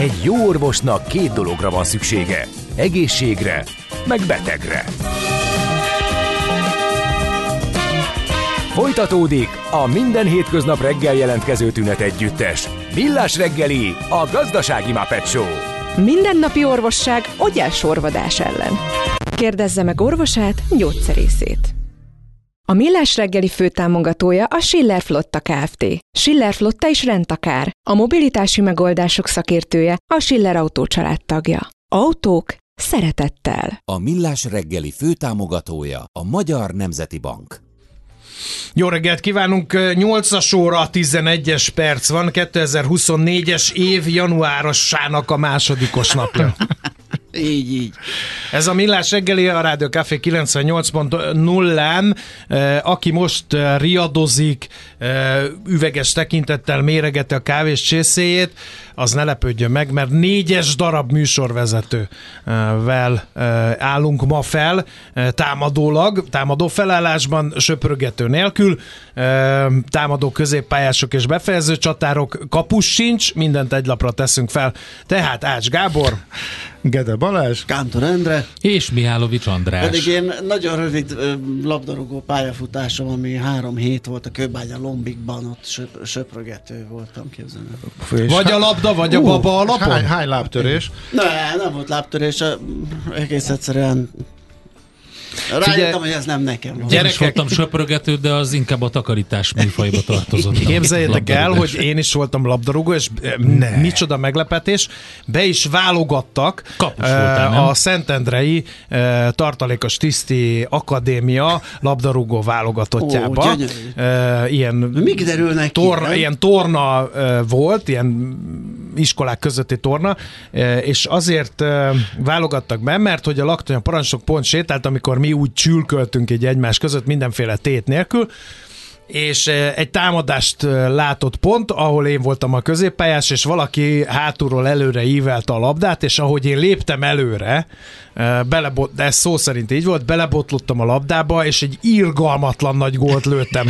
Egy jó orvosnak 2 dologra van szüksége. Egészségre, meg betegre. Folytatódik a minden hétköznap reggel jelentkező tünet együttes. Millás reggeli, a gazdasági Muppet Show. Mindennapi orvosság ogyásorvadás ellen. Kérdezze meg orvosát, gyógyszerészét. A Millás reggeli főtámogatója a Schiller Flotta Kft. Schiller Flotta is rendtakár. A mobilitási megoldások szakértője, a Schiller Autó család tagja. Autók szeretettel. A Millás reggeli főtámogatója a Magyar Nemzeti Bank. Jó reggelt kívánunk, 8-as óra, 11-es perc van, 2024-es év januárosának a másodikos napja. Így. Ez a Millás reggeli, a Rádió Café 98.0-án, aki most riadozik, üveges tekintettel méregeti a kávés csészéjét, az ne lepődjön meg, mert 4 darab műsorvezetővel állunk ma fel, támadó felállásban, söprögető nélkül, támadó középpályások és befejező csatárok, kapus sincs, mindent egy lapra teszünk fel. Tehát Ács Gábor, Gede Balázs, Kántor Endre és Mihálovics András. Pedig én nagyon rövid labdarúgó pályafutásom, ami 3 hét volt a Kőbánya Lombikban, ott söprögető voltam, képzelni. Vagy a labda, vagy a baba alapon? Hány lábtörés? Nem volt lábtörés, egész egyszerűen rájöttem, hogy ez nem nekem van. Gyerekek, voltam söprögető, de az inkább a takarítás műfajba tartozott. Képzeljétek el, hogy én is voltam labdarúgó, és micsoda meglepetés, be is válogattak a Szentendrei Tartalékos Tiszti Akadémia labdarúgó válogatottjába. Ilyen mi derül neki? Ilyen torna volt, ilyen iskolák közötti torna, és azért válogattak be, mert hogy a Laktanya parancsnok pont sétált, amikor mi úgy csülköltünk így egymás között mindenféle tét nélkül, és egy támadást látott pont, ahol én voltam a középpályás, és valaki hátulról előre ívelte a labdát, és ahogy én léptem előre, de ez szó szerint így volt, belebotlottam a labdába, és egy irgalmatlan nagy gólt lőttem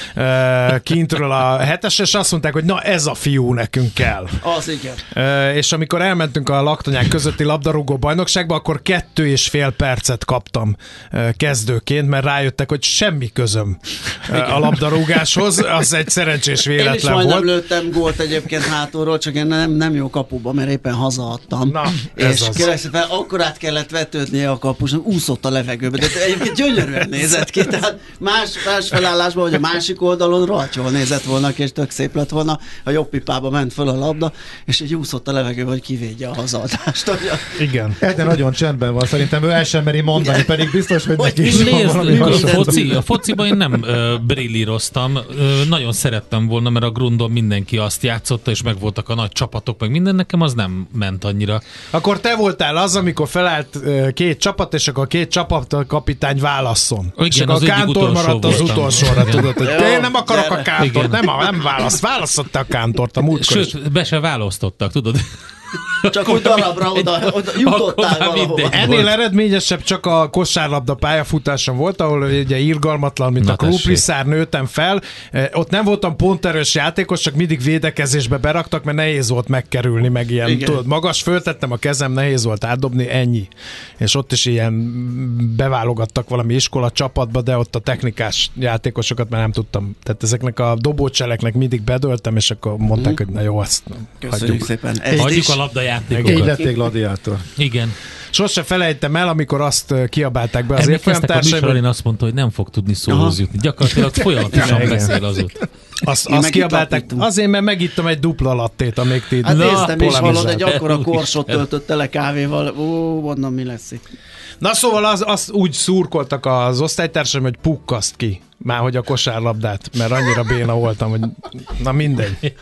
kintről a 7-es, és azt mondták, hogy na ez a fiú nekünk kell. Az igen. És amikor elmentünk a Laktanyák közötti labdarúgó bajnokságba, akkor 2,5 percet kaptam kezdőként, mert rájöttek, hogy semmi közöm a labdarúgáshoz, az egy szerencsés véletlen volt. Én is majdnem lőttem gólt egyébként hátulról, csak én nem jó kapuba, mert éppen hazaadtam. Na, és kérlek, akkor át kellett vetődnie a kapus, úszott a levegőbe, de egyébként gyönyörűen nézett ki, tehát más felállásban, vagy a másik oldalon rohadt jól nézett volna, és tök szép lett volna, a jobb pipába ment föl a labda, és így úszott a levegőbe, hogy kivédje a hazaadást. Igen. De nagyon csendben van, szerintem ő el sem meri mondani, pedig biztos, hogy neki is van valami a fociban én nem brillíroztam, nagyon szerettem volna, mert a Grundon mindenki azt játszotta, és megvoltak a nagy csapatok, meg minden, nekem az nem ment annyira. Akkor te voltál az, amikor felállt 2 csapat, és akkor a 2 csapat kapitány válasszon. Igen, és akkor a Kántor maradt az utolsóra, tudod, hogy én nem akarok a Kántort, nem választotta a Kántort a múltkor. Sőt, be se választottak, tudod? Csak úgy darabra oda jutottál valahova. Ennél eredményesebb csak a kosárlabda pályafutásom volt, ahol ugye irgalmatlan, mint a krumpliszár nőttem fel. Ott nem voltam ponterős játékos, csak mindig védekezésbe beraktak, mert nehéz volt megkerülni, meg ilyen, tudod, magas föltettem a kezem, nehéz volt átdobni, ennyi. És ott is ilyen beválogattak valami iskola csapatba, de ott a technikás játékosokat már nem tudtam. Tehát ezeknek a dobócseleknek mindig bedöltem, és akkor mondták, hogy na jó, azt hagyjuk. Szépen. Hagyjuk a labdajátékokat. Így lették gladiátor. Igen. Sose felejtem el, amikor azt kiabálták be az évfolyamtársaim. Emlékeztek, a azt mondta, hogy nem fog tudni szóhoz jutni. Gyakorlatilag folyamatosan beszél azóta. Azt kiabálták. Azért, mert megittem egy dupla lattét, amíg ti néztem is, hallod, egy akkora korsot töltötte le kávéval. Mondom, mi lesz itt. Na szóval azt úgy szurkoltak az osztálytársaim, hogy pukkaszt ki. Már hogy a kosárlabdát, mert annyira béna voltam, hogy na mindegy.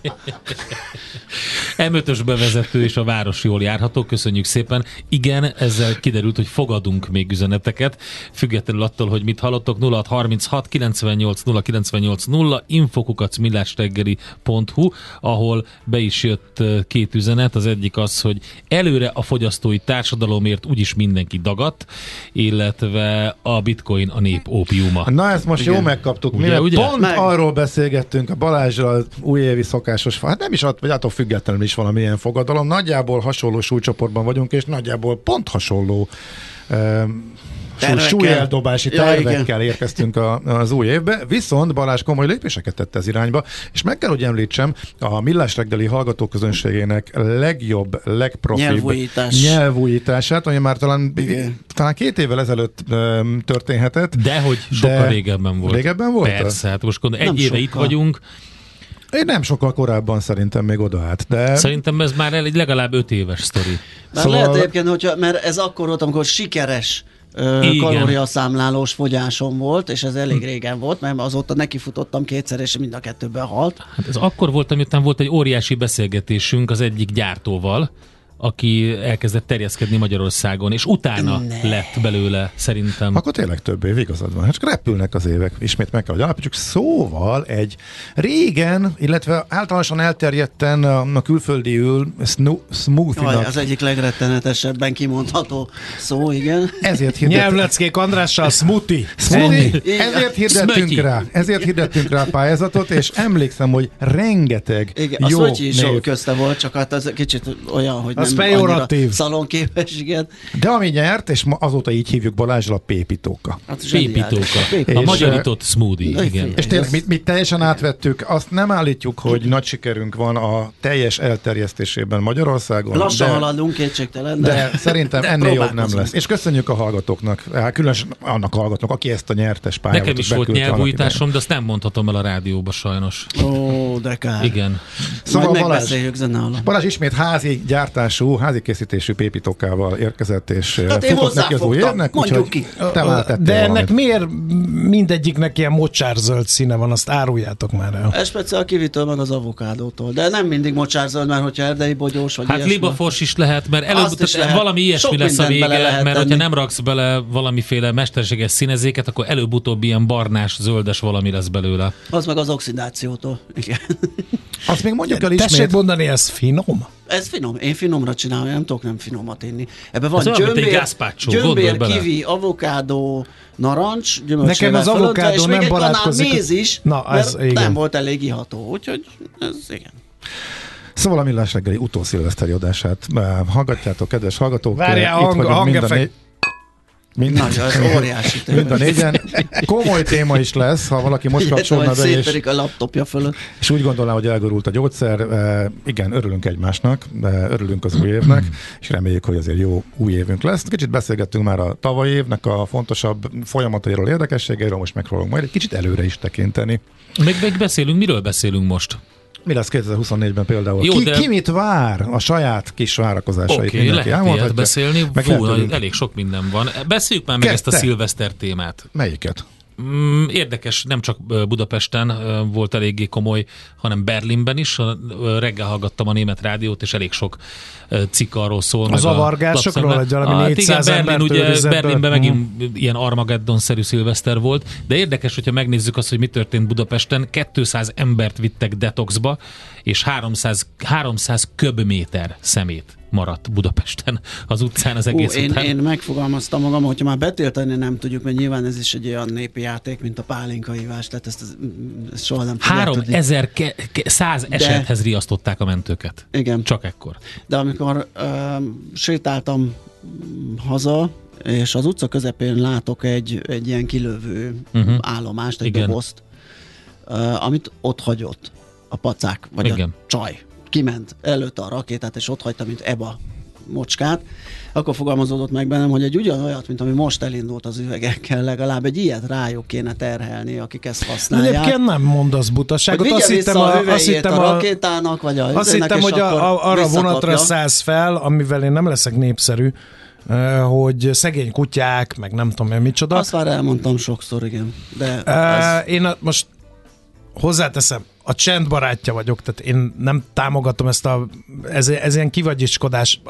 M5-ös bevezető és a város jól járható, köszönjük szépen. Igen, ezzel kiderült, hogy fogadunk még üzeneteket, függetlenül attól, hogy mit hallottok. 0636 98 0 98 0 info@millásreggeli.hu, ahol be is jött 2 üzenet. Az egyik az, hogy előre a fogyasztói társadalomért úgyis mindenki dagadt, illetve a bitcoin a nép ópiuma. Na ezt most jó megkaptuk, mire pont arról beszélgettünk a Balázsral, újévi szokásos, hát nem is vagy attól függetlenül is, is valamilyen fogadalom. Nagyjából hasonló súlycsoportban vagyunk, és nagyjából pont hasonló súlyeldobási tervekkel érkeztünk az új évbe, viszont Balázs komoly lépéseket tett ez irányba, és meg kell, hogy említsem, a Millás reggeli hallgatóközönségének legjobb, legprofibb nyelvújítását, ami már talán 2 évvel ezelőtt történhetett. Dehogy sokkal régebben volt. Régebben volt? Persze, hát most egy éve itt vagyunk. Én nem sokkal korábban szerintem még odaállt, de... Szerintem ez már egy legalább 5 éves sztori. Szóval... Lehet egyébként, mert ez akkor volt, amikor sikeres kalóriaszámlálós fogyásom volt, és ez elég régen volt, mert azóta nekifutottam 2-szer, és mind a 2-ben halt. Hát ez akkor volt, amiután volt egy óriási beszélgetésünk az egyik gyártóval, aki elkezdett terjeszkedni Magyarországon, és utána lett belőle, szerintem. Akkor tényleg több év, igazad van. Csak repülnek az évek. Ismét meg kell, hogy alapítsuk. Szóval egy régen, illetve általánosan elterjedten a külföldiül smoothie-nak. Az egyik legrettenetesebben kimondható szó, igen. Nyelvleckék Andrással smoothie. Ezért hirdettünk rá pályázatot, és emlékszem, hogy rengeteg igen, jó név. Is közte volt, csak hát ez kicsit olyan, hogy az pejoratív. Szalonképes, igen. De ami nyert, és azóta így hívjuk Balázsra, a Pépitóka. Hát Pépitóka. A magyarított smoothie, igen. És tényleg mi teljesen átvettük, azt nem állítjuk, hogy nagy sikerünk van a teljes elterjesztésében Magyarországon. Lassan haladunk, kétségtelen. De szerintem ennél jobb nem lesz. És köszönjük a hallgatóknak, különösen annak hallgatóknak, aki ezt a nyertes pályázatot nekem is volt nyelvújításom, de azt nem mondhatom el a rádióba sajnos. Ó, de kár. Igen. Szóval majd megbeszéljük zene alatt. Balázs ismét házi készítésű Pépitókával érkezett, és hát futott neki az új évnek, mondjuk ki. De ennek miért mindegyiknek ilyen mocsárzöld színe van, azt áruljátok már el. Ez speciál kivitől meg az avokádótól, de nem mindig mocsárzöld, mert hogyha erdei bogyós, vagy hát ilyesmi. Libafors is lehet, mert előbb lehet. Valami ilyesmi sok lesz a vége, mert hogyha nem raksz bele valamiféle mesterséges színezéket, akkor előbb-utóbb ilyen barnás, zöldes valami lesz belőle. Az meg az oxidációtól. Igen. Azt még mondjuk el ismét. Tessék mondani, ez finom? Ez finom. Én finomra csinálom, nem tudok nem finomat inni. Ebben van gyömbér, kiwi, avokádó, narancs, nekem az avokádó nem barátkozik. És még egy méz is, mert nem volt elég iható. Úgyhogy ez igen. Szóval a Millás reggeli utószilveszteri adását hallgatjátok, kedves hallgatók. Várjál, hangeffekt. Mind a négyen. Komoly téma is lesz, ha valaki most kapcsolna be, és a laptopja fölött. És úgy gondolná, hogy elgurult a gyógyszer. Igen, örülünk egymásnak, örülünk az új évnek, és reméljük, hogy azért jó új évünk lesz. Kicsit beszélgettünk már a tavalyi évnek a fontosabb folyamatairól, érdekességeiről, most megpróbálunk majd egy kicsit előre is tekinteni. Még beszélünk, miről beszélünk most? Mi lesz 2024-ben például? Jó, ki mit vár a saját kis várakozásait? Oké, lehet ilyet beszélni. Fú, elég sok minden van. Beszéljük már meg ezt a szilveszter témát. Melyiket? Érdekes, nem csak Budapesten volt eléggé komoly, hanem Berlinben is. Reggel hallgattam a német rádiót, és elég sok cikk arról szól. A zavargásokról, hogy valami 400 embert Berlinben megint ilyen Armageddon-szerű szilveszter volt, de érdekes, hogyha megnézzük azt, hogy mi történt Budapesten. 200 embert vittek detoxba, és 300 köbméter szemét maradt Budapesten az utcán az egész után. Én megfogalmaztam magam, hogyha már betiltani nem tudjuk, mert nyilván ez is egy olyan népi játék, mint a pálinkaivás, tehát ezt soha nem tudják. 3100 esethez riasztották a mentőket. Igen. Csak ekkor. De amikor sétáltam haza, és az utca közepén látok egy ilyen kilövő állomást, egy dobozt, amit ott hagyott a pacák, vagy a csaj. Kiment előtte a rakétát, és ott hagyta, mint Eba mocskát, akkor fogalmazódott meg bennem, hogy egy ugyanolyat, mint ami most elindult az üvegekkel, legalább egy ilyet rájuk kéne terhelni, akik ezt használják. Egyébként nem mondasz butaságot. Azt hittem a rakétának, vagy azt hittem, hogy arra vonatra szállsz fel, amivel én nem leszek népszerű, hogy szegény kutyák, meg nem tudom én micsoda. Azt már elmondtam sokszor, igen. De én most hozzáteszem, a csend barátja vagyok, tehát én nem támogatom ez ilyen kivagyiskodás.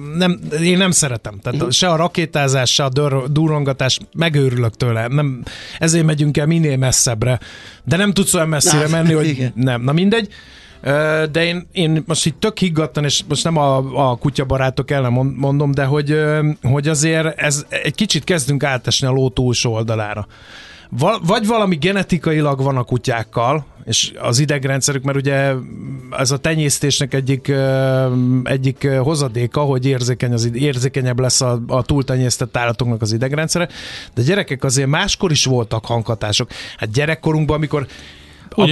Én nem szeretem. Tehát se a rakétázás, se a durrongatás, megőrülök tőle. Ezért megyünk el minél messzebbre. De nem tudsz olyan messzire menni, hogy igen. Nem. Na mindegy. De én most itt tök higgadtan, és most nem a kutyabarátok ellen mondom, de hogy azért egy kicsit kezdünk átesni a ló túlsó oldalára. vagy valami genetikailag van a kutyákkal, és az idegrendszerük, mert ugye ez a tenyésztésnek egyik hozadéka, hogy érzékenyebb lesz a túltenyésztett állatoknak az idegrendszere, de gyerekek azért máskor is voltak hanghatások. Hát gyerekkorunkban, amikor a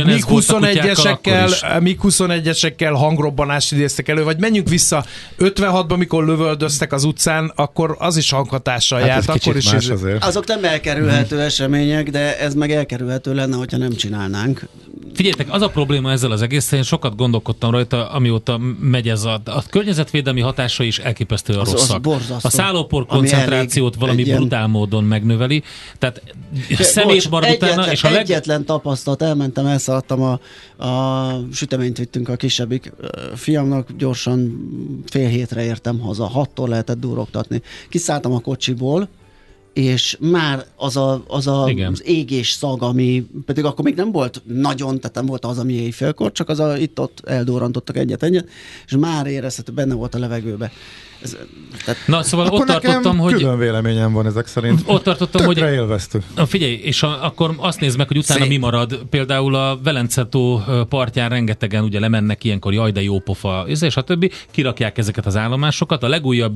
MiG-21-esekkel hangrobbanást idéztek elő, vagy menjünk vissza 56-ban, mikor lövöldöztek az utcán, akkor az is hanghatással járt. Akkor is azok nem elkerülhető események, de ez meg elkerülhető lenne, hogyha nem csinálnánk. Figyeljetek, az a probléma ezzel az egészen, én sokat gondolkodtam rajta, amióta megy ez a környezetvédelmi hatása is elképesztően rosszak. A szállópor koncentrációt valami brutál módon megnöveli, tehát szemét marad utána, és egyetlen tapasztalat, elmentem, elszaladtam, a süteményt vittünk a kisebbik fiamnak, gyorsan fél hétre értem haza, 6-tól lehetett durogtatni. Kiszálltam a kocsiból, és már az égés szag, ami pedig akkor még nem volt nagyon, tehát nem volt az, ami éjfélkor, csak itt-ott eldurrantottak egyet, és már érezhető, benne volt a levegőbe. Na, szóval akkor ott tartottam, hogy... külön véleményem van ezek szerint. Ott tartottam, hogy... élveztük. Figyelj, és akkor azt nézd meg, hogy utána mi marad. Például a Velence-tó partján rengetegen ugye lemennek ilyenkor, jaj, de jó pofa, és a többi, kirakják ezeket az állomásokat. A legújabb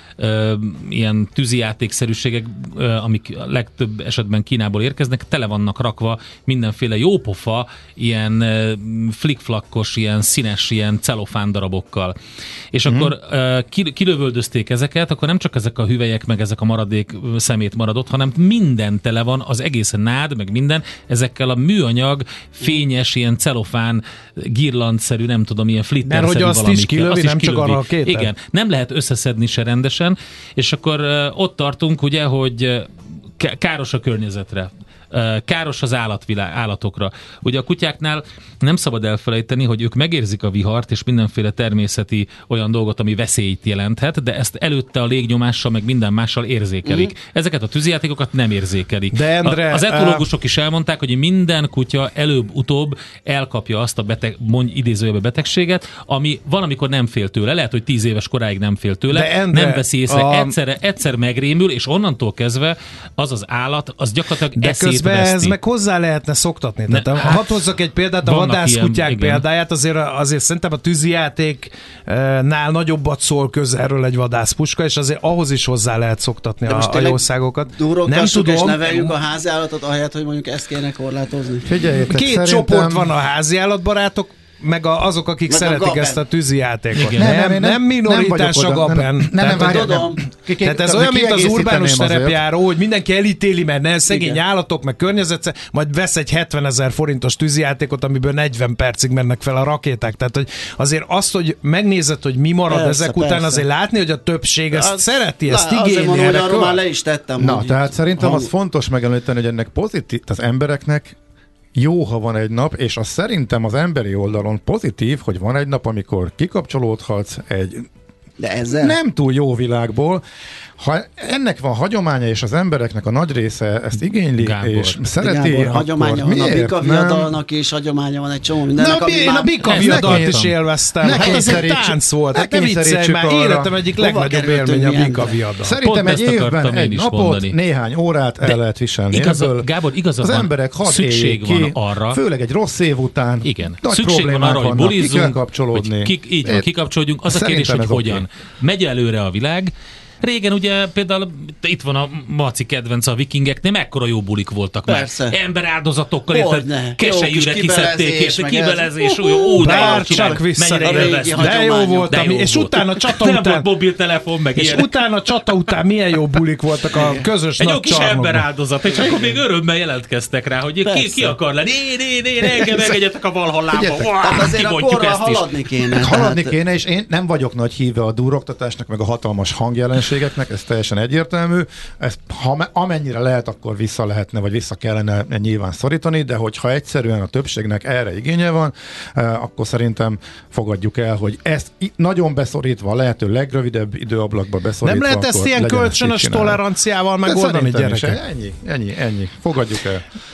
ilyen tűzijátékszerűségek, amik a legtöbb esetben Kínából érkeznek, tele vannak rakva mindenféle jó pofa, ilyen flickflakkos, ilyen színes, ilyen celofán darabokkal. És akkor kilövöldözték ezeket, akkor nem csak ezek a hüvelyek, meg ezek a maradék szemét maradott, hanem minden tele van, az egész nád, meg minden, ezekkel a műanyag, fényes, ilyen celofán, girlandszerű, nem tudom, ilyen flitterszerű valamit. Mert hogy azt is kilövi, nem csak a rakétát? Igen, nem lehet összeszedni se rendesen, és akkor ott tartunk, ugye, hogy káros a környezetre. Káros az állatokra. Ugye a kutyáknál nem szabad elfelejteni, hogy ők megérzik a vihart és mindenféle természeti olyan dolgot, ami veszélyt jelenthet, de ezt előtte a légnyomással meg minden mással érzékelik. Ezeket a tűzijátékokat nem érzékelik. De Endre, az etológusok is elmondták, hogy minden kutya előbb-utóbb elkapja azt a idézőjelbe betegséget, ami valamikor nem fél tőle. Lehet, hogy 10 éves koráig nem fél tőle, Endre, nem veszi észre, egyszer megrémül, és onnantól kezdve az állat, az gyakorlatilag eszét ehhez meg hozzá lehetne szoktatni. Tehát hadd hozzak egy példát, a vadászkutyák példáját, azért szerintem a tűzijátéknál nagyobbat szól közelről egy vadászpuska, és azért ahhoz is hozzá lehet szoktatni a jószágokat. Nem tudom. És neveljük a háziállatot, ahelyett, hogy mondjuk ezt kéne korlátozni. Figyeljetek, Két csoport van a háziállatbarátok, meg azok, akik szeretik ezt a tűzijátékot. Nem minoritás a gaben. Tehát ez olyan, mint az urbánus terepjáró, hogy mindenki elítéli, mert szegény állatok, meg környezet, majd vesz egy 70 000 forintos tűzijátékot, amiből 40 percig mennek fel a rakéták. Tehát hogy azért azt, hogy megnézed, hogy mi marad ezek után, azért látni, hogy a többség ezt szereti, ezt igényli. Arról már le is tettem. Na, tehát szerintem az fontos megemlíteni, hogy ennek pozitív, az embereknek jó, ha van egy nap, és az szerintem az emberi oldalon pozitív, hogy van egy nap, amikor kikapcsolódhatsz egy nem túl jó világból. Ha ennek van hagyománya, és az embereknek a nagy része ezt igényli, Gábor, és szereti, Gábor, hagyománya van a bikaviadalnak, és hagyománya van egy csomó mindennek, én a bikaviadalt is élveztem. Hát ez egy tánc volt. Hát ne viccelj már, életem egyik legnagyobb élmény a bikaviadal. Szerintem egy évben egy napot, néhány órát el lehet viselni. Gábor, igazad az emberek szükség van arra, főleg egy rossz év után. Igen, szükség van arra, hogy bulizzunk, hogy kikapcsolódjunk. Az a kérdés, hogy hogyan. Megy előre a világ. Régen ugye például itt van a Maci kedvenc a vikingeknél, mekkora jó bulik voltak már. Emberáldozatokkal, érted? Keselyűre kiszedték, érted? Kibelezés, csak vissza. De jó volt, és utána csata után. Nem volt mobiltelefon, meg és utána csata után milyen jó bulik voltak a közös nagy csarnokban. Egy jó kis emberáldozat, és akkor még örömmel jelentkeztek rá, hogy ki akar lenni. Engem engedjetek a Valhallába. Tehát azért a korral haladni kéne. Haladni kéne, és én nem vagyok nagy híve a duroktatásnak, meg a hatalmas hangjelenségeknek, ez teljesen egyértelmű. Ezt, amennyire lehet, akkor vissza lehetne, vagy vissza kellene nyilván szorítani, de hogyha egyszerűen a többségnek erre igénye van, akkor szerintem fogadjuk el, hogy ezt nagyon beszorítva, lehető legrövidebb időablakba beszorítva. Nem lehet ezt ilyen kölcsönös toleranciával megoldani, gyerekek? Ennyi. Fogadjuk el.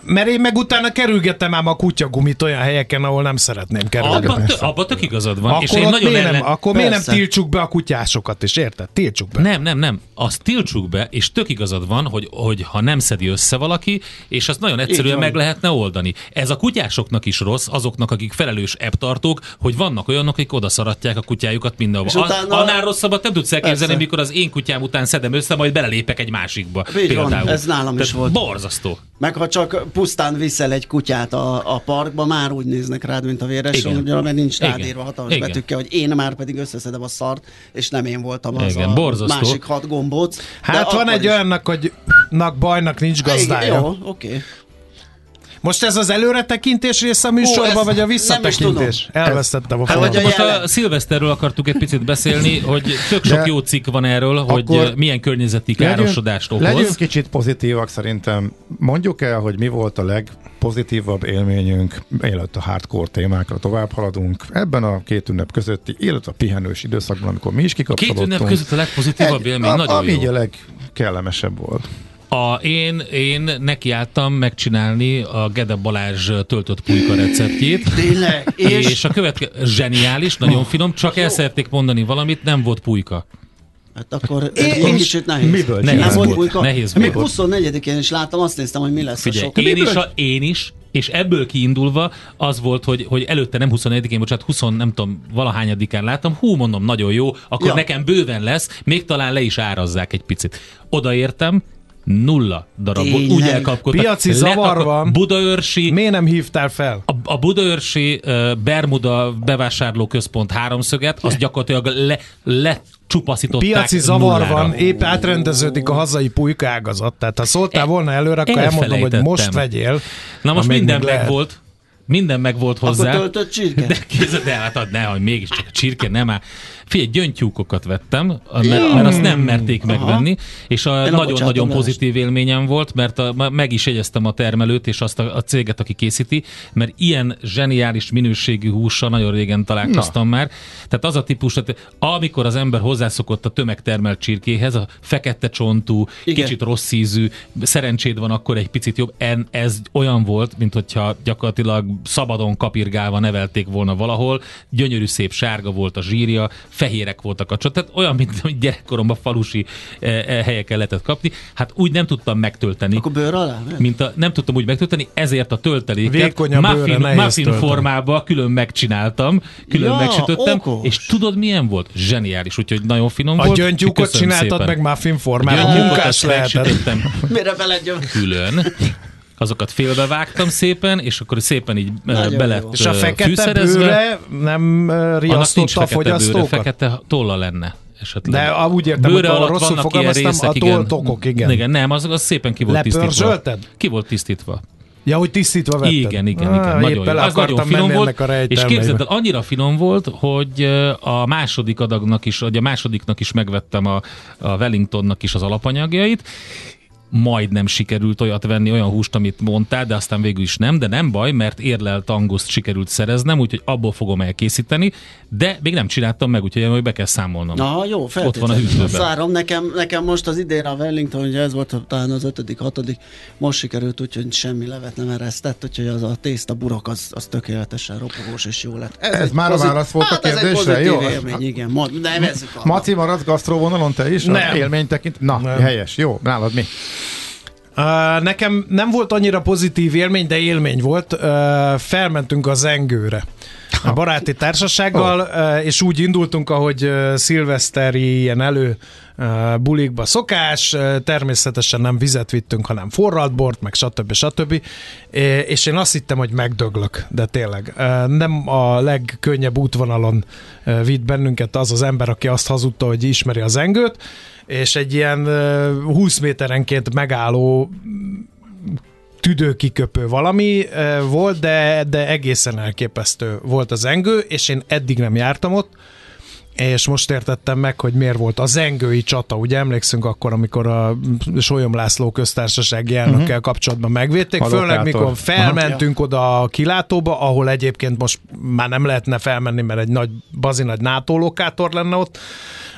Mert én meg utána kerülgetem ám a kutyagumit olyan helyeken, ahol nem szeretném kerülgetni. Abba tök igazad van. Akkor, és én nagyon akkor miért nem tiltsuk be a kutyásokat is, érted? Tiltsuk be. Nem. Azt tiltsuk be, és tök igazad van, hogy ha nem szedi össze valaki, és azt nagyon egyszerűen meg lehetne oldani. Ez a kutyásoknak is rossz, azoknak, akik felelős app-tartók, hogy vannak olyanok, akik odaszaradják a kutyájukat mindenhova. Annál rosszabbat nem tudsz elképzelni, mikor az én kutyám után szedem össze, majd belelépek egy másikba. Van, ez nálam is volt. Borzasztó. Meg ha csak pusztán viszel egy kutyát a parkba, már úgy néznek rád, mint a véres, mert nincs rádírva hatalmas betűkkel, hogy én már pedig összeszedem a szart, és nem én voltam az másik 6 gombóc. Hát van egy olyannak, hogy bajnak nincs gazdája. Jó, oké. Most ez az előretekintés része a műsorban, vagy a visszatekintés? Elvesztettem a fonalat. Most a szilveszterről akartuk egy picit beszélni, hogy tök sok jó cikk van erről, hogy milyen környezeti károsodást okoz. Legyünk kicsit pozitívak szerintem. Mondjuk el, hogy mi volt a legpozitívabb élményünk, mielőtt a hardcore témákra tovább haladunk. Ebben a 2 ünnep közötti, illetve a pihenős időszakban, amikor mi is kikapcsolódtunk. 2 ünnep között a legpozitívabb élmény, nagyon jó. Ami a legkellemesebb volt. Én nekiálltam megcsinálni a Gede Balázs töltött pulyka receptjét. Tényleg? És a következő zseniális, nagyon finom, csak el szerették mondani valamit, nem volt pulyka. Hát akkor egy kicsit nehéz. Miből nehéz volt? Pulyka? Nehéz még volt. 24-én is láttam, azt néztem, hogy mi lesz. Figyelj, a sok. én is, és ebből kiindulva az volt, hogy előtte nem 21-én, bocsánat, 20 nem tudom, valahányadikán láttam, mondom, nagyon jó, akkor nekem bőven lesz, még talán le is árazzák egy picit. Odaértem, 0 darabot, úgy elkapkodtak. Piaci zavar van. Budaörsi. Miért nem hívtál fel? A budaörsi Bermuda bevásárlóközpont háromszöget, az gyakorlatilag lecsupaszították. Piaci zavar nullára. van, épp átrendeződik a hazai pulyka ágazat. Tehát ha szóltál volna előre, akkor elmondom, hogy most vegyél. Na most minden megvolt. Minden megvolt hozzá. Akkor töltött csirke? De hát nehogy mégiscsak a csirke nem áll. Figyelj, gyöngytyúkokat vettem, mert azt nem merték megvenni, és nagyon-nagyon pozitív élményem volt, mert meg is jegyeztem a termelőt és azt a céget, aki készíti, mert ilyen zseniális minőségű hússal nagyon régen találkoztam már. Tehát az a típus, amikor az ember hozzászokott a tömegtermelt csirkéhez, a fekete csontú, kicsit rossz ízű, szerencséd van, akkor egy picit jobb. Ez olyan volt, mint hogyha gyakorlatilag szabadon kapirgálva nevelték volna valahol, gyönyörű szép sárga volt a zsírja, fehérek voltak a csont, tehát olyan, mint gyerekkoromban falusi helyeken lehetett kapni. Hát úgy nem tudtam megtölteni. Akkor bőr alá? Nem tudtam úgy megtölteni, ezért a tölteléket muffin formába külön megcsináltam, külön megsütöttem, és tudod milyen volt? Zseniális, úgyhogy nagyon finom volt. A gyöngytyúkot csináltad szépen. Meg muffin formában, munkás lehetett. Mire belegyom? Külön. Azokat félbevágtam szépen, és akkor szépen így belett és a fekete bőre nem riasztotta a fogyasztókat? Fekete tolla lenne esetleg. De úgy értem, hogy rosszul fogalmaztam, a tolltokok, igen. Nem, az szépen ki volt tisztítva. Lepörzsölted? Ki volt tisztítva. Ja, hogy tisztítva vetted? Igen. Nagyon jó. Az nagyon finom volt, és képzeld el, annyira finom volt, hogy a második adagnak is, vagy a másodiknak is megvettem a Wellingtonnak is az alapanyagjait. Majdnem sikerült olyat venni, olyan húst, amit mondtál, de aztán végül is nem, de nem baj, mert érlelt anguszt sikerült szereznem, úgyhogy abból fogom elkészíteni, de még nem csináltam meg, úgyhogy majd be kell számolnom. Na jó, ott van a hűtőben. Szárom, nekem most az idén a Wellington, ugye ez volt talán az 5., 6., most sikerült, úgyhogy semmi levet nem eresztett, úgyhogy az a tészta burok az tökéletesen ropogós és jó lett. Ez már a válasz volt a kérdésre, jó? Élmény, igen, nevezzük arra. Maci, maradsz gasztróvonalon te is? Nem. Élmény tekint? Na, nem. Helyes, jó, nálad mi? Nekem nem volt annyira pozitív élmény, de élmény volt. Felmentünk a Zengőre a baráti társasággal, és úgy indultunk, ahogy szilveszteri ilyen bulikba szokás, természetesen nem vizet vittünk, hanem forralt bort, meg stb. És én azt hittem, hogy megdöglök, de tényleg nem a legkönnyebb útvonalon vitt bennünket az ember, aki azt hazudta, hogy ismeri a Zengőt, és egy ilyen 20 méterenként megálló tüdőkiköpő valami volt, de egészen elképesztő volt a Zengő, és én eddig nem jártam ott, és most értettem meg, hogy miért volt a zengői csata. Ugye emlékszünk akkor, amikor a Solyom László köztársasági elnökkel kapcsolatban megvédték, főleg mikor felmentünk oda a kilátóba, ahol egyébként most már nem lehetne felmenni, mert egy bazi nagy NATO lokátor lenne ott,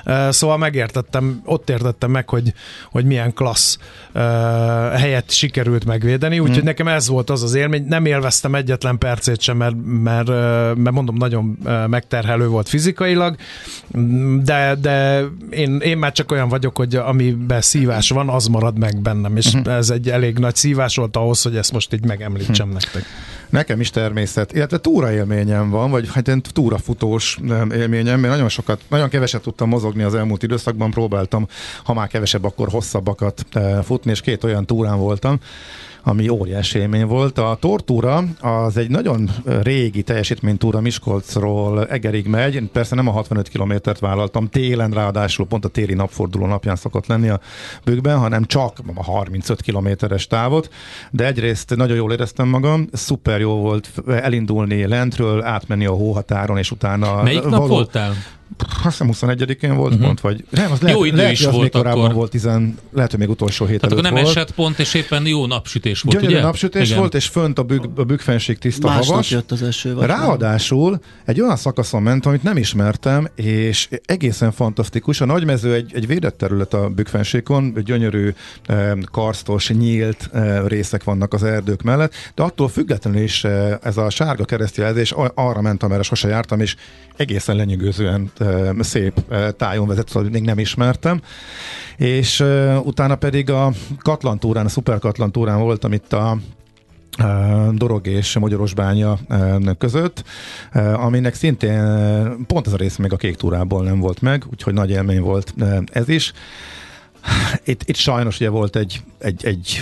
Szóval megértettem, ott értettem meg, hogy milyen klassz helyet sikerült megvédeni, úgyhogy nekem ez volt az élmény. Nem élveztem egyetlen percét sem, mert mondom, nagyon megterhelő volt fizikailag, de én már csak olyan vagyok, hogy amiben szívás van, az marad meg bennem, és ez egy elég nagy szívás volt ahhoz, hogy ezt most így megemlítsem nektek. Nekem is természet, illetve túra élményem van, vagy hát én túrafutós élményem, mert nagyon keveset tudtam mozogni az elmúlt időszakban, próbáltam, ha már kevesebb, akkor hosszabbakat futni, és 2 olyan túrán voltam, ami óriási élmény volt. A tortúra az egy nagyon régi teljesítménytúra, Miskolcról Egerig megy. Én persze nem a 65 kilométert vállaltam, télen ráadásul pont a téli napforduló napján szokott lenni a Bükkben, hanem csak a 35 kilométeres távot, de egyrészt nagyon jól éreztem magam, szuper jó volt elindulni lentről, átmenni a hóhatáron, és utána... Melyik nap voltál? Azt hiszem 21-én volt pont, vagy nem, az jó idő is volt, még korábban akkor. Volt, lehet, hogy még utolsó hét előtt nem volt. Esett pont, és éppen jó napsütés volt, gyönyörű ugye? napsütés volt, és fönt a Bükkfenség tiszta havas. Jött az eső. Ráadásul egy olyan szakaszon ment, amit nem ismertem, és egészen fantasztikus. A Nagymező egy védett terület a Bükkfenségon, gyönyörű, karsztos, nyílt részek vannak az erdők mellett, de attól függetlenül is ez a sárga keresztjelzés arra ment, amerre sose jártam, és egészen lenyűgözően szép tájon vezet, szóval még nem ismertem. És utána pedig a Katlantúrán, a Szuper Katlantúrán voltam itt a Dorog és Magyarosbánya között, aminek szintén pont ez a rész még a Kék túrából nem volt meg, úgyhogy nagy élmény volt ez is. Itt sajnos ugye volt egy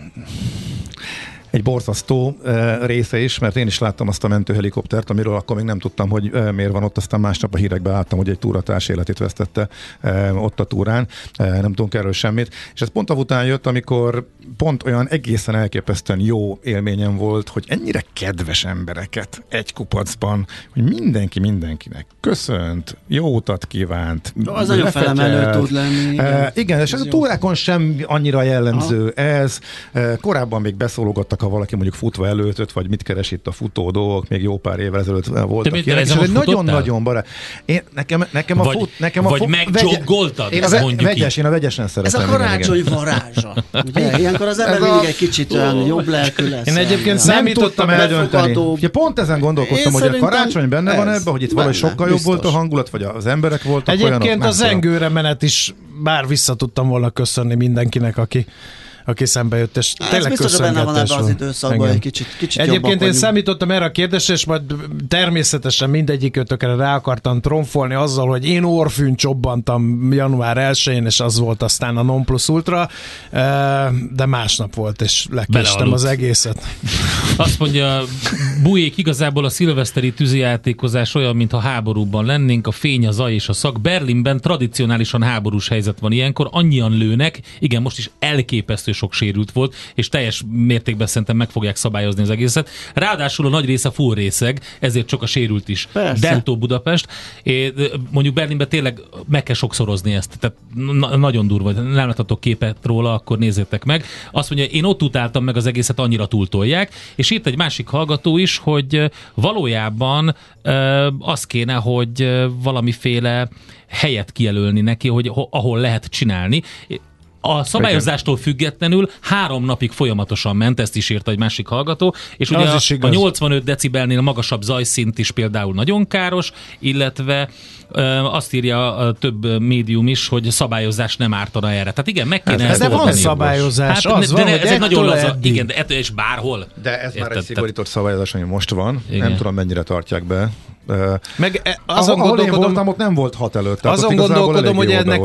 borzasztó része is, mert én is láttam azt a mentőhelikoptert, amiről akkor még nem tudtam, hogy miért van ott, aztán másnap a hírekben láttam, hogy egy túratárs életét vesztette ott a túrán, nem tudunk erről semmit, és ez pont avután jött, amikor pont olyan egészen elképesztően jó élményem volt, hogy ennyire kedves embereket egy kupacban, hogy mindenki mindenkinek köszönt, jó utat kívánt. Az nagyon felemelő tud lenni. Igen, és ez a túrákon sem annyira jellemző ez. Korábban még beszólogattak, ha valaki mondjuk futva előtt, vagy mit keres itt a futó dolgok, még jó pár évvel ezelőtt voltak ilyenek, és ez nagyon-nagyon barát. Nekem vagy megjoggoltad, én a vegyesen szeretem. Ez a karácsony varázsa. Ugye? Ilyenkor az ember mindig egy kicsit olyan jobb lelkű lesz. Én egyébként számítottam eldönteni. Ja, pont ezen gondolkodtam, hogy a karácsony benne van ebben, hogy itt valahogy sokkal jobb volt a hangulat, vagy az emberek voltak olyanok. Egyébként az zengőre menet is bár vissza tudtam volna köszönni mindenkinek, aki szembe jött, és tényleg biztos, benne van ebben az időszakban egy kicsit egyébként én számítottam erre a kérdésre, és majd természetesen mindegyikőtökre rá akartam tromfolni azzal, hogy én orrfűn csobbantam január 1-én, és az volt aztán a non plus ultra, de másnap volt, és lekéstem az egészet. Azt mondja Bujék, igazából a szilveszteri tűzijátékozás olyan, mintha háborúban lennénk, a fény, a zaj és a szag. Berlinben tradicionálisan háborús helyzet van ilyenkor, annyian lőnek, igen, most is elképesztő sok sérült volt, és teljes mértékben szerintem meg fogják szabályozni az egészet. Ráadásul a nagy része full részeg, ezért csak a sérült is. Deltó Budapest. Mondjuk Berlinben tényleg meg kell sokszorozni ezt. Tehát nagyon durva. Nem láthatok képet róla, akkor nézzétek meg. Azt mondja, én ott utáltam meg az egészet, annyira túltolják, és írt egy másik hallgató is, hogy valójában az kéne, hogy valamiféle helyet kijelölni neki, hogy ahol lehet csinálni. A szabályozástól függetlenül 3 napig folyamatosan ment, ezt is írta egy másik hallgató, és ugye a 85 decibelnél magasabb zajszint is például nagyon káros, illetve azt írja a több médium is, hogy szabályozás nem ártana erre. Tehát igen, meg kéne ez van szabályozás. Hát, az van, ez egy nagyon laza, igen, de és bárhol. De ez már egy szigorított szabályozás, ami most van. Igen. Nem tudom, mennyire tartják be. Meg ahol én voltam, ott nem volt 6 előtt. Azon gondolkodom, hogy ennek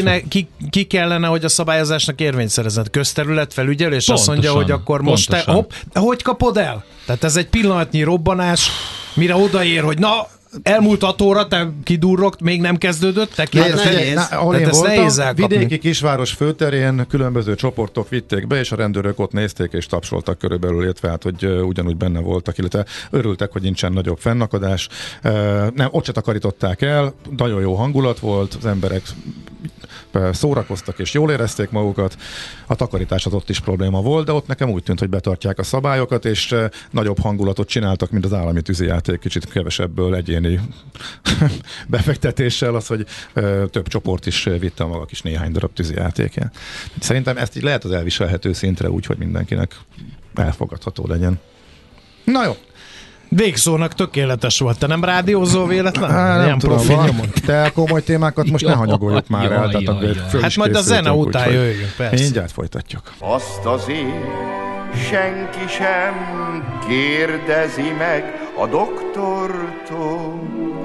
ki kellene, hogy a szabályozásnak érvényt szerezzen. Közterület felügyelő, és azt mondja, hogy akkor most te, hogy kapod el? Tehát ez egy pillanatnyi robbanás, mire odaér, hogy na, elmúlt 6 óra, te kidurrogt, még nem kezdődött? Ahol én voltam, vidéki kisváros főterén különböző csoportok vitték be, és a rendőrök ott nézték és tapsoltak körülbelül, illetve hát, hogy ugyanúgy benne voltak, illetve örültek, hogy nincsen nagyobb fennakadás. Nem, ott se takarították el, nagyon jó hangulat volt, az emberek szórakoztak és jól érezték magukat. A takarítás az ott is probléma volt, de ott nekem úgy tűnt, hogy betartják a szabályokat, és nagyobb hangulatot csináltak, mint az állami tűzijáték, kicsit kevesebből egyéni befektetéssel, az, hogy több csoport is vitte maga kis néhány darab tűzijátékját. Szerintem ezt így lehet az elviselhető szintre úgy, hogy mindenkinek elfogadható legyen. Na jó. Végszónak tökéletes volt. Te nem rádiózol véletlen? Nem tudom, te komoly témákat most ne hanyagoljuk már el. Hát majd a zene után jöjjünk, persze. Mindjárt folytatjuk. Azt azért senki sem kérdezi meg a doktortól,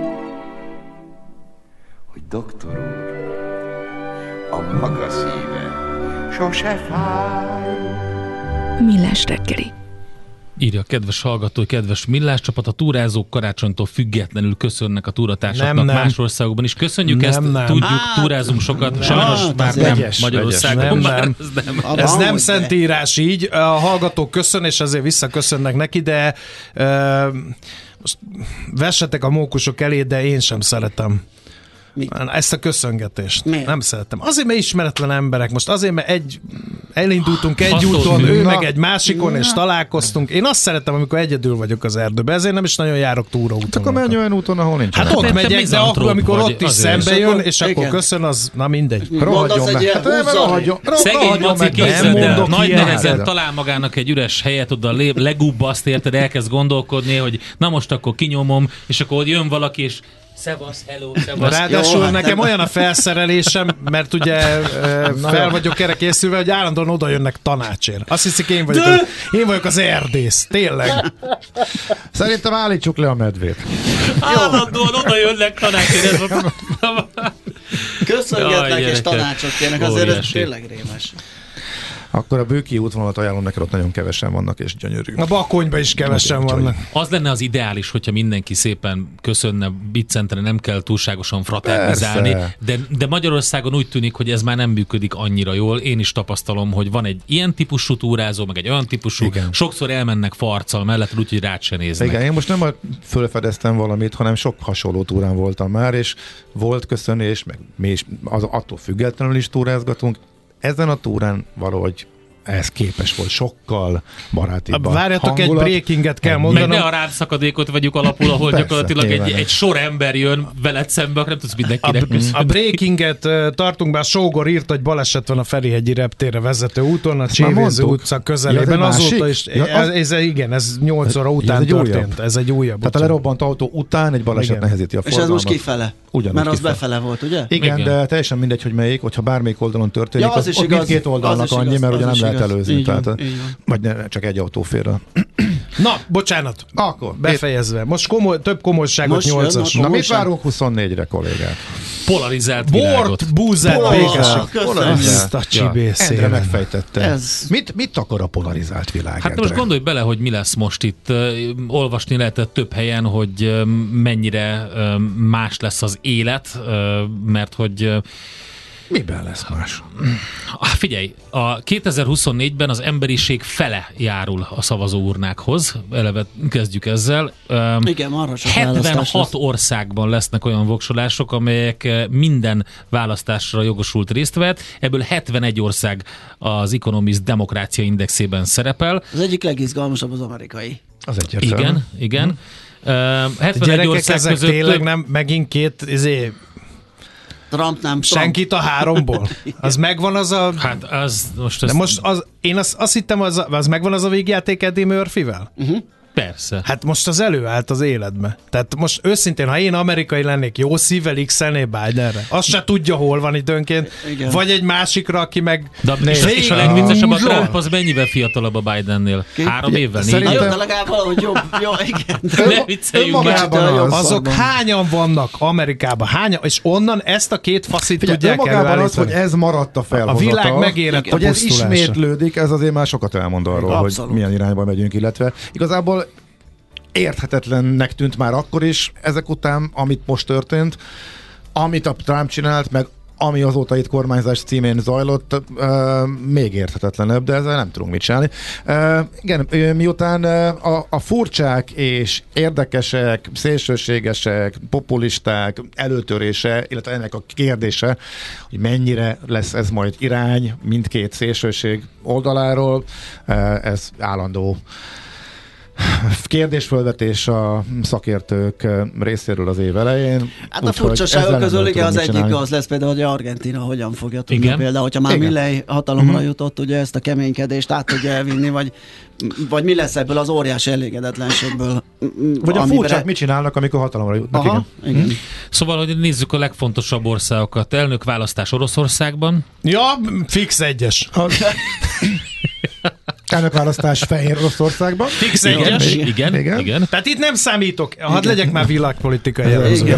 hogy doktor úr, a maga szíve sose fáj. Millás reggeli. Írja a kedves hallgató, kedves Millás csapat, a túrázók karácsonytól függetlenül köszönnek a túratársaknak más országokban is. Köszönjük ezt, tudjuk, túrázunk sokat, sajnos már nem Magyarországon. Ez nem szentírás így, a hallgatók köszön, és azért visszaköszönnek neki, de most vessetek a mókusok elé, de én sem szeretem. Ezt a köszöngetést. Miért? Nem szeretem. Azért, mert ismeretlen emberek. Most azért, mert elindultunk egy úton, ő meg egy másikon, és találkoztunk. Én azt szeretem, amikor egyedül vagyok az erdőben. Ezért nem is nagyon járok túraúton. Akkor menj olyan úton, ahol nincs. Hát ott megyek, de akkor, amikor ott is szembe jön, és akkor köszön, az, na mindegy. Rohadjon meg. Hát nem rohadjon. Szegény Maci, képzeld el, nagy nehezen talál magának egy üres helyet, oda legubbaszt, érted, elkezd gondolkodni, hogy na most akkor kinyomom, és akkor jön valaki, és szevasz, hello, szevasz. Ráadásul nekem olyan a felszerelésem, mert ugye fel vagyok erre készülve, hogy állandóan oda jönnek tanácsért. Azt hiszik, én vagyok az erdész. Tényleg. Szerintem állítsuk le a medvét. Állandóan oda jönnek tanácsért. Köszöngetnek és tanácsot kérnek, azért ez tényleg rémes. Akkor a Bőki útvonalat ajánlom neked, ott nagyon kevesen vannak, és gyönyörű. A Bakonyban is kevesen vannak. Az lenne az ideális, hogyha mindenki szépen köszönne, biccentene, nem kell túlságosan fraternizálni, de Magyarországon úgy tűnik, hogy ez már nem működik annyira jól. Én is tapasztalom, hogy van egy ilyen típusú túrázó, meg egy olyan típusú, igen. Sokszor elmennek farccal mellett, úgyhogy rád se néznek. Igen, én most nem fölfedeztem valamit, hanem sok hasonló túrán voltam már, és volt köszönés, meg mi is attól függetlenül is túrázgatunk. Ezen a túrán valahogy ez képes volt sokkal barátibb. Várjatok, egy breakinget kell mondanom. Meg ne a rászakadékot vegyük alapul, ahol persze, gyakorlatilag egy sor ember jön veled szembe, akkor nem tudsz mindenkinek köszönni. A breakinget tartunk be, a Sógor írt, hogy baleset van a Ferihegyi reptérre vezető úton, a Csévéző utca közelében. Ja, azóta is, ez 8 óra után történt. Ez egy újabb. Tehát a lerobbant autó után egy baleset nehezíti a forgalmat. És ez most kifele? Ugyanúgy mert az kifele. Befele volt, ugye? Igen, de teljesen mindegy, hogy melyik, hogyha bármelyik oldalon történik, ja, az mindkét oldalnak annyi, mert ugye nem lehet előzni. Vagy csak egy autó félre. Na, bocsánat. Akkor befejezve. Most több komolyságot 8-as. Na, mit várunk 24-re, kollégák? Polarizált világot. Búzát, békesség. Azt a csibészél. Endre megfejtette. Mit akar a polarizált világ? Hát most gondolj bele, hogy mi lesz most itt. Olvasni lehetett több helyen, hogy mennyire más lesz az élet, mert hogy miben lesz más? Figyelj, a 2024-ben az emberiség fele járul a szavazóurnákhoz. Eleve kezdjük ezzel. Igen, arra 76 országban lesznek olyan voksolások, amelyek minden választásra jogosult részt vett. Ebből 71 ország az Economist Demokrácia Indexében szerepel. Az egyik legizgalmasabb az amerikai. Az egyértelmű. Igen. 71 gyerekek, ország ezek között tényleg nem megint két Trump nem senkit a 3-ból? Az megvan az a... Hát az most... De most én azt hittem, az megvan az a végjáték Eddie Murphyvel? Persze. Hát most az előállt az életbe. Tehát most őszintén, ha én amerikai lennék, jó szívvel x-elné Bidenre. Azt se tudja, hol van időnként. Igen. Vagy egy másikra, aki meg... És a legviccesebb a Trump az mennyivel fiatalabb a Bidennél? 3 évvel? 4 évvel? De legalább valahogy jobb. Jó, igen. Ne vicceljünk már. Azok hányan vannak Amerikában? Hányan? És onnan ezt a két faszit tudják előállítani. Az, hogy ez maradt a felhozata. A világ megérett hogy ez ismétlődik, ez azért már sokat elmond arról, hogy milyen irányba megyünk, illetve igazából érthetetlennek tűnt már akkor is, ezek után, amit most történt, amit a Trump csinált, meg ami azóta itt kormányzás címén zajlott, még érthetetlenebb, de ezzel nem tudunk mit csinálni. Igen, miután a furcsák és érdekesek, szélsőségesek, populisták előtörése, illetve ennek a kérdése, hogy mennyire lesz ez majd irány mindkét szélsőség oldaláról, ez állandó kérdésfölvetés a szakértők részéről az év elején. Hát a furcsaságok közül igen, az egyik az lesz például, hogy Argentína hogyan fogja tudni például, hogyha már Milei hatalomra jutott, ugye ezt a keménykedést át tudja elvinni, vagy mi lesz ebből az óriási elégedetlenségből. Vagy a furcsák mit csinálnak, amikor hatalomra jutnak. Aha, igen. Szóval, hogy nézzük a legfontosabb országokat. Elnökválasztás Oroszországban. Ja, fix 1-es. Elnökválasztás Fehér Oroszországban. Fix 1-es. Igen. Tehát itt nem számítok. Hadd legyek már világpolitikai jellemző.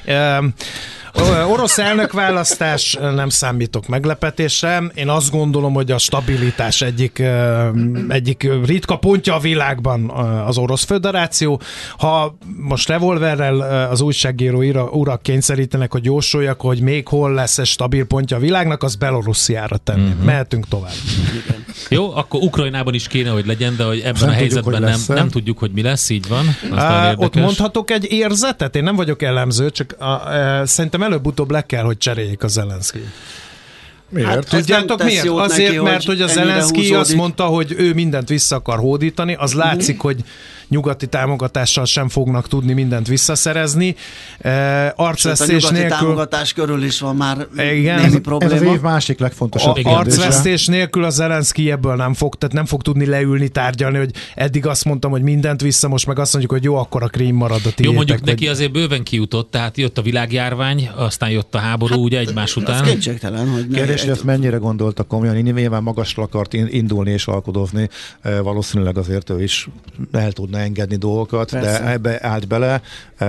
Orosz elnökválasztás, nem számítok meglepetésre. Én azt gondolom, hogy a stabilitás egyik ritka pontja a világban az Orosz Föderáció. Ha most revolverrel az újságíró urak kényszerítenek, hogy jósoljak, hogy még hol lesz ez stabil pontja a világnak, az Belorussziára tenni. Mehetünk tovább. Jó, akkor Ukrajnában is kéne, hogy legyen, de hogy ebben a helyzetben nem tudjuk, hogy mi lesz, így van. Ott mondhatok egy érzetet? Én nem vagyok elemző, csak szerintem előbb-utóbb le kell, hogy cseréljék a Zelenszkijt. Miért? Hát tudjátok miért? Azért, mert hogy a Zelenszkij azt mondta, hogy ő mindent vissza akar hódítani, az látszik, hogy nyugati támogatással sem fognak tudni mindent visszaszerezni. Arcvesztés nélkül... A nyugati támogatás körül is van már némi probléma. Ez az év másik legfontosabb kérdése. Arcvesztés nélkül a Zelenszkij ebből nem fog tudni leülni, tárgyalni, hogy eddig azt mondtam, hogy mindent vissza, most meg azt mondjuk, hogy jó, akkor a Krím marad a tiétek. Jó, mondjuk neki azért bőven kijutott, tehát jött a világjárvány, aztán jött a háború, ugye egymás után. Ez kétségtelen, hogy kérdés, hogy ezt mennyire gondolta komolyan, nyilván magasra akart indulni és alkudozni, valószínűleg azért ő is el tudna engedni dolgokat, persze. De ebbe állt bele,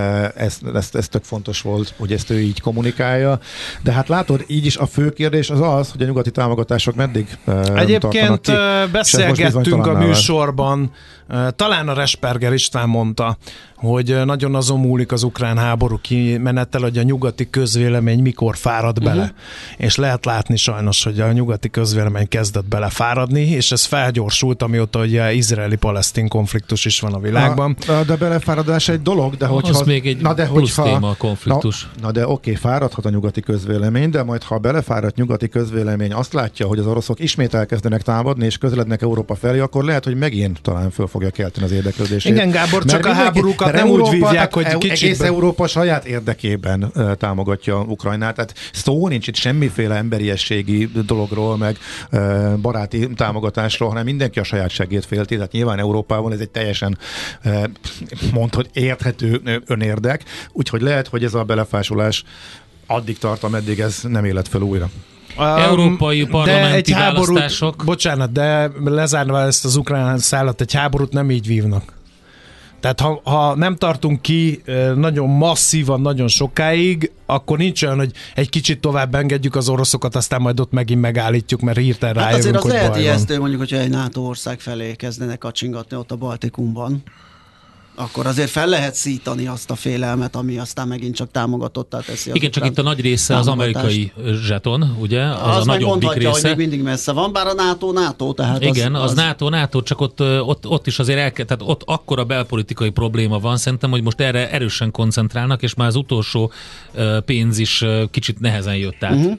ez tök fontos volt, hogy ezt ő így kommunikálja, de hát látod, így is a fő kérdés az, hogy a nyugati támogatások meddig Egyébként beszélgettünk a műsorban, talán a Resperger István mondta, hogy nagyon azon múlik az ukrán háború kimenettel, hogy a nyugati közvélemény mikor fárad bele. És lehet látni sajnos, hogy a nyugati közvélemény kezdett belefáradni, és ez felgyorsult, amióta ugye izraeli-palesztin konfliktus is van a világban. De belefáradás egy dolog, de hogyha... Az még egy plusz téma a konfliktus. De oké, fáradhat a nyugati közvélemény, de majd ha belefáradt nyugati közvélemény azt látja, hogy az oroszok ismét elkezdenek támadni, és közelednek Európa felé, akkor lehet, hogy megint talán föl fogja kelteni az érdeklődését. Igen, Gábor, csak a háborúkat nem úgy vívják, hogy kicsit... Egész Európa saját érdekében támogatja Ukrajnát, tehát szó nincs itt semmiféle emberiességi dologról, meg baráti támogatásról, hanem mindenki a saját segét félti, tehát nyilván Európában ez egy teljesen mondhatod érthető önérdek, úgyhogy lehet, hogy ez a belefásulás addig tart, ameddig ez nem élet fel újra. Európai parlamenti választások. Bocsánat, de lezárva ezt az ukrán szállat, egy háborút nem így vívnak. Tehát ha nem tartunk ki nagyon masszívan, nagyon sokáig, akkor nincs olyan, hogy egy kicsit tovább engedjük az oroszokat, aztán majd ott megint megállítjuk, mert hirtelen rájövünk, hogy baj van. Azért az lehet ijesztő, mondjuk, hogyha egy NATO ország felé kezdenek kacsingatni ott a Baltikumban, akkor azért fel lehet szítani azt a félelmet, ami aztán megint csak támogatottá teszi. Igen, csak itt a nagy része az amerikai zseton, ugye? Az a nagyobbik része. Hogy még mindig messze van, bár a NATO, tehát igen, az NATO, csak ott is azért tehát ott akkora belpolitikai probléma van, szerintem, hogy most erre erősen koncentrálnak, és már az utolsó pénz is kicsit nehezen jött át.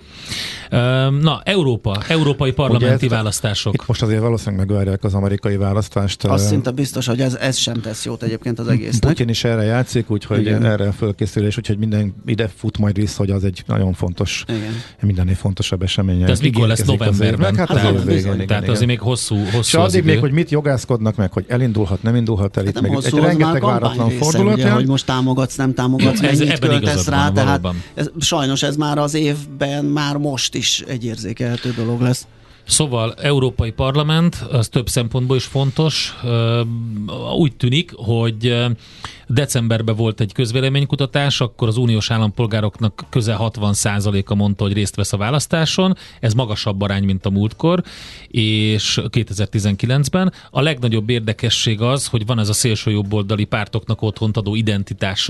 Na, európai parlamenti választások. Itt most azért valószínűleg megvárják az amerikai választást. Azt szinte biztos, hogy ez sem tesz jót egyébként az egésznek. Putyin is erre játszik, úgyhogy erre fölkészülés, úgyhogy minden ide fut majd vissza, hogy az egy nagyon fontos, mindennél fontosabb esemény. De ez mikor lesz novemberben? Hát tehát azért még hosszú és addig még, hogy mit jogászkodnak meg, hogy elindulhat, nem indulhat el itt. Meg egy rengeteg váratlan fordulat. Ugye, hogy most támogatsz, nem támogatsz, mennyit költesz rá, tehát sajnos ez már az évben, már most is egy érzékelhető dolog lesz. Szóval Európai Parlament, az több szempontból is fontos. Úgy tűnik, hogy decemberben volt egy közvéleménykutatás, akkor az uniós állampolgároknak közel 60%-a mondta, hogy részt vesz a választáson. Ez magasabb arány, mint a múltkor, és 2019-ben. A legnagyobb érdekesség az, hogy van ez a szélsőjobboldali pártoknak otthont adó identitás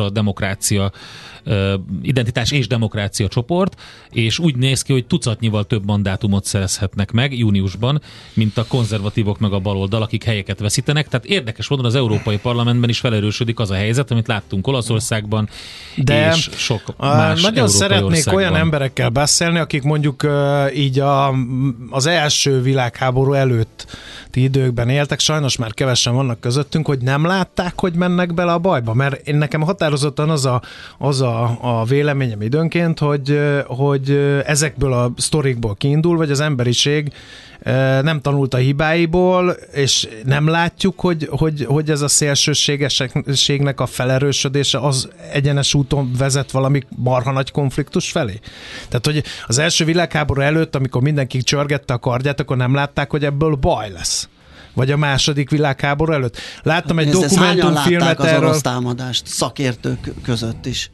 és demokrácia csoport, és úgy néz ki, hogy tucatnyival több mandátumot szerezhetnek meg júniusban, mint a konzervatívok meg a baloldal, akik helyeket veszítenek. Tehát érdekes módon az Európai Parlamentben is felerősödik az a helyzet, amit láttunk Olaszországban, és sok más nagyon szeretnék országban. olyan emberekkel beszélni, akik mondjuk így az első világháború előtti időkben éltek, sajnos már kevesen vannak közöttünk, hogy nem látták, hogy mennek bele a bajba, mert nekem határozottan az a véleményem időnként, hogy ezekből a sztorikból kiindul, vagy az emberiség nem tanult a hibáiból, és nem látjuk, hogy ez a szélsőségességnek a felerősödése az egyenes úton vezet valami marha nagy konfliktus felé. Tehát, hogy az első világháború előtt, amikor mindenki csörgette a kardját, akkor nem látták, hogy ebből baj lesz. Vagy a második világháború előtt. Láttam egy dokumentumfilmet az erről. orosz támadást szakértők között is.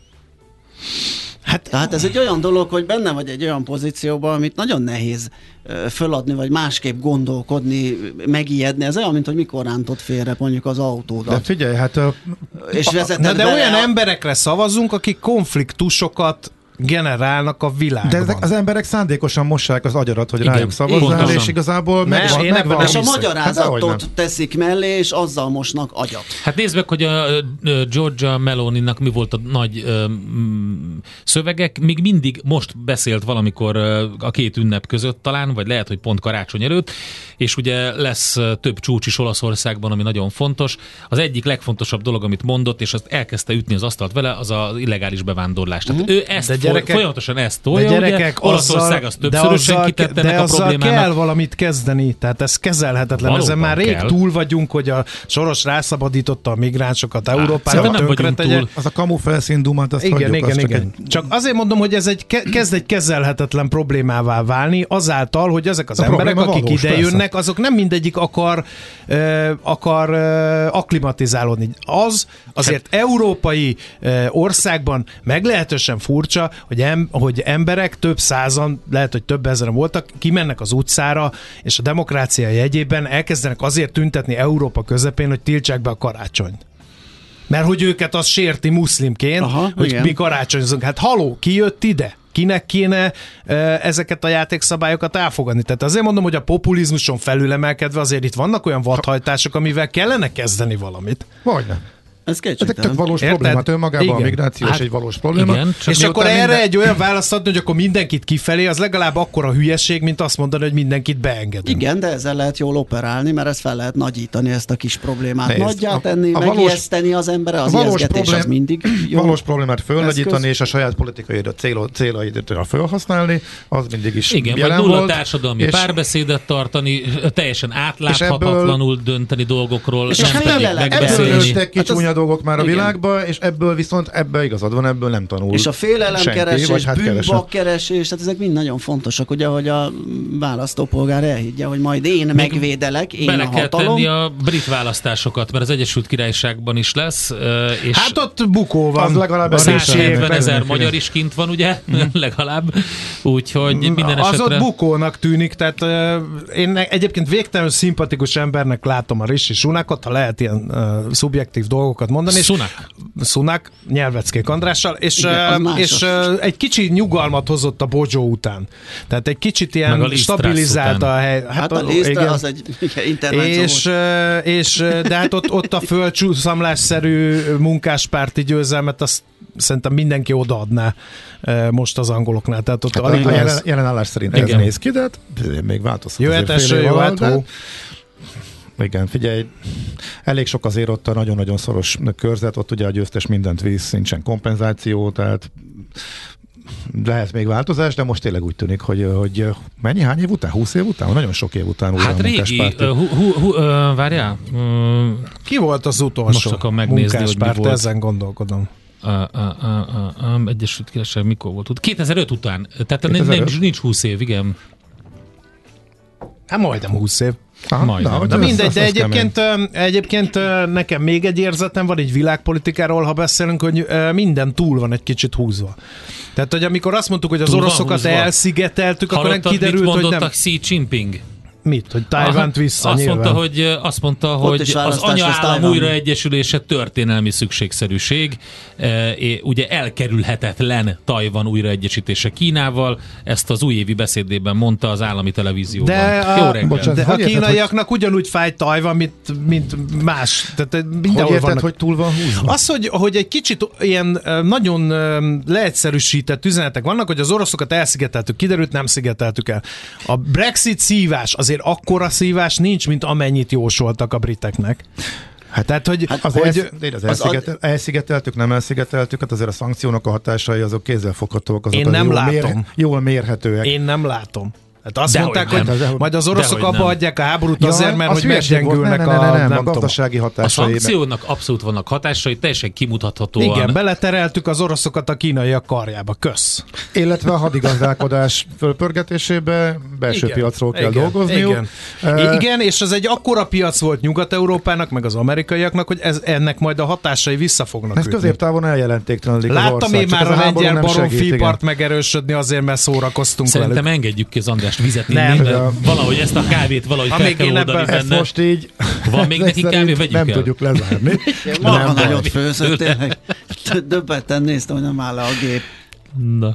Tehát ez egy olyan dolog, hogy benne vagy egy olyan pozícióban, amit nagyon nehéz föladni, vagy másképp gondolkodni, megijedni. Ez olyan, mint hogy mikor rántott félre mondjuk az autódat. De figyelj, és de olyan emberekre szavazunk, akik konfliktusokat generálnak a világban. De ezek az emberek szándékosan mossák az agyarat, hogy rájuk szavazzál, és igazából megvan. És a magyarázatot teszik mellé, és azzal mosnak agyat. Hát nézd meg, hogy a Giorgia Meloninak mi volt a nagy szövegek, még mindig most beszélt valamikor a két ünnep között talán, vagy lehet, hogy pont karácsony előtt, és ugye lesz több csúcs is Olaszországban, ami nagyon fontos. Az egyik legfontosabb dolog, amit mondott, és azt elkezdte ütni az asztalt vele, az az illegális bevándorlás. Tehát ő ezt folyamatosan ezt tolja, ugye? Olaszország az többszörösen kitett ennek a problémának. Kell valamit kezdeni, tehát ez kezelhetetlen. Valóban ezen már rég kell. Túl vagyunk, hogy a Soros rászabadította a migránsokat Európára. Az a kamu felszíndumat, azt igen. Csak azért mondom, hogy ez kezd egy kezelhetetlen problémává válni, azáltal, hogy ezek az emberek, akik idejönnek, azok nem mindegyik akar akklimatizálódni. Azért európai országban meglehetősen furcsa, hogy emberek több százan, lehet, hogy több ezeren voltak, kimennek az utcára, és a demokrácia jegyében elkezdenek azért tüntetni Európa közepén, hogy tiltsák be a karácsonyt. Mert hogy őket az sérti muszlimként, hogy igen. Mi karácsonyozunk. Hát haló, ki jött ide? Kinek kéne ezeket a játékszabályokat elfogadni? Tehát azért mondom, hogy a populizmuson felülemelkedve azért itt vannak olyan vadhajtások, amivel kellene kezdeni valamit. Hogyne. Ezek tök valós problémát önmagában, a migráció is egy valós probléma. Igen, és akkor erre egy olyan választ adni, hogy akkor mindenkit kifelé, az legalább akkora hülyeség, mint azt mondani, hogy mindenkit beengedünk. Igen, de ezzel lehet jól operálni, mert ezt fel lehet nagyítani, ezt a kis problémát. Nagyját tenni, megijeszteni az emberre, az ijesztgetés az mindig jó. Valós problémát fölnagyítani, és a saját politikai célaidat felhasználni, az mindig is igen, jelen vagy nulla volt. Társadalmi párbeszédet tartani, teljesen átláthatatlanul dönteni dolgokról, és nem pedig megbeszélni. Dolgok már a világban, és ebből viszont igazad van, ebből nem tanul. És a félelemkeresés, bűnbakkeresés, tehát ezek mind nagyon fontosak, ugye, hogy a választópolgár elhiggye, hogy majd én megvédelek, én bele a kell hatalom. tenni a brit választásokat, mert az Egyesült Királyságban is lesz. És hát ott bukó van. Az legalább 170 000 magyar is kint van, ugye? Legalább. Úgyhogy minden esetre... Az ott bukónak tűnik, tehát én egyébként végtelenül szimpatikus embernek látom a Rishi Sunakot, ha lehet ilyen szubjektív dolgokat mondani. Sunak, Nyelveckék Andrással, és egy kicsi nyugalmat hozott a Bojo után. Tehát egy kicsit ilyen stabilizálta a hely. Hát a Lisztra az egy intervenció de hát ott a földcsúszamlásszerű munkáspárti győzelmet azt szerintem mindenki odaadná most az angoloknál. Tehát ott a jelen állás szerint ez néz ki, de még változhat. Jöhet eső, jöhet hó. Igen, figyelj, elég sok azért ott a nagyon-nagyon szoros körzet, ott ugye a győztes mindent visz, nincsen kompenzáció, tehát lehet még változás, de most tényleg úgy tűnik, hogy hány év után? 20 év után? Nagyon sok év után. Hát régi, várjál. Ki volt az utolsó munkáspárt? Ezen gondolkodom. Egyesült Királyság mikor volt? 2005 után. Tehát 2005? Nincs 20 év, igen. Hát majdnem 20 év. Majdnem. Na mindegy, de egyébként nekem még egy érzetem van egy világpolitikáról, ha beszélünk, hogy minden túl van egy kicsit húzva. Tehát, hogy amikor azt mondtuk, hogy az oroszokat elszigeteltük, akkor kiderült, hogy nem... Mit mondott Xi Jinping? Mit? Hogy Tajvant vissza azt mondta, hogy az anyaállam újraegyesülése történelmi szükségszerűség. Ugye elkerülhetetlen Tajvan újraegyesítése Kínával. Ezt az újévi beszédében mondta az állami televízióban. De a kínaiaknak ugyanúgy fáj Tajvan, mint más. Tehát hogy érted, hogy túl van húzva? Az, hogy egy kicsit ilyen nagyon leegyszerűsített üzenetek vannak, hogy az oroszokat elszigeteltük, kiderült, nem szigeteltük el. A Brexit szívás, azért akkora szívás nincs, mint amennyit jósoltak a briteknek. Tehát, elszigeteltük, nem elszigeteltük, hát azért a szankciónak a hatásai azok kézzelfoghatóak, azok én nem látom. Jól mérhetőek. Én nem látom. Hát azt mondták, hogy majd az oroszok abba adják a háborút azért, mert hogy meggyengülnek a gazdasági hatásai. A szankciónak abszolút vannak hatásai, teljesen kimutathatóan. Igen, beletereltük az oroszokat a kínaiak karjába. Kösz. Illetve a hadigazdálkodás fölpörgetésébe belső piacról kell dolgozniuk. Igen, és ez egy akkora piac volt Nyugat-Európának, meg az amerikaiaknak, hogy ennek majd a hatásai vissza fognak ütni. Ez középtávon eljelentéktelenik az ország. Láttam én már a lengyel baromfipart megerősödni azért, mert szórakoztunk velük. Szerintem engedjük ki az Andrást vizet inni, valahogy ezt a kávét valahogy fel kell oldani benne. Most így van még neki kávé, vegyük nem el. Tudjuk lezárni. Marha nagyot főzött, tényleg. Döbbetten néztem, hogy nem áll le a gép. Na.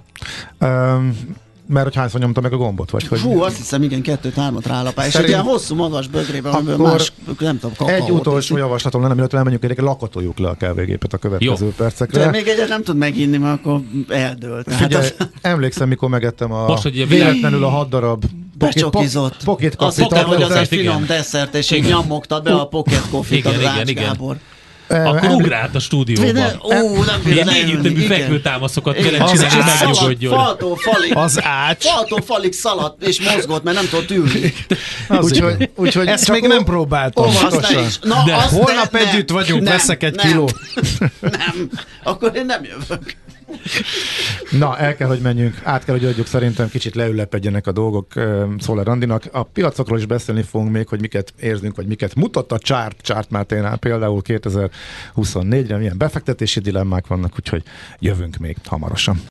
Mert hogy hányszor nyomta meg a gombot? Vagy hogy... Azt hiszem, igen, 2-3-at rálapál. És egy ilyen hosszú, magas bögrében, amiből más, nem tudom, kakaót. Egy utolsó javaslatom lenne, mielőtt elmenjünk, egyébként lakatoljuk le a kávégépet a következő percekre. De még egyet nem tud meginni, mert akkor eldőlt. Figyelj, emlékszem, mikor megettem véletlenül a 6 darab becsokizott. Pocket azt hittem, hogy az egy finom desszert, és így nyomogta be a pocket coffee-t az Ács Gábor. Akkor ugrált a stúdióban. Ilyen együttemű fekvőtámaszokat kellett csinálni, hogy megnyugodjon. Az Ács. Faltól falig szaladt és mozgott, mert nem tudott ülni. Úgyhogy ezt még nem próbáltam. De holnap együtt vagyunk, veszek egy kilót. Nem, akkor én nem jövök. Na, el kell, hogy menjünk, át kell, hogy adjuk, szerintem kicsit leülepedjenek a dolgok Szoller Andinak. A piacokról is beszélni fogunk még, hogy miket érzünk, vagy miket mutat a Chart Máténál például 2024-re, milyen befektetési dilemmák vannak, úgyhogy jövünk még hamarosan.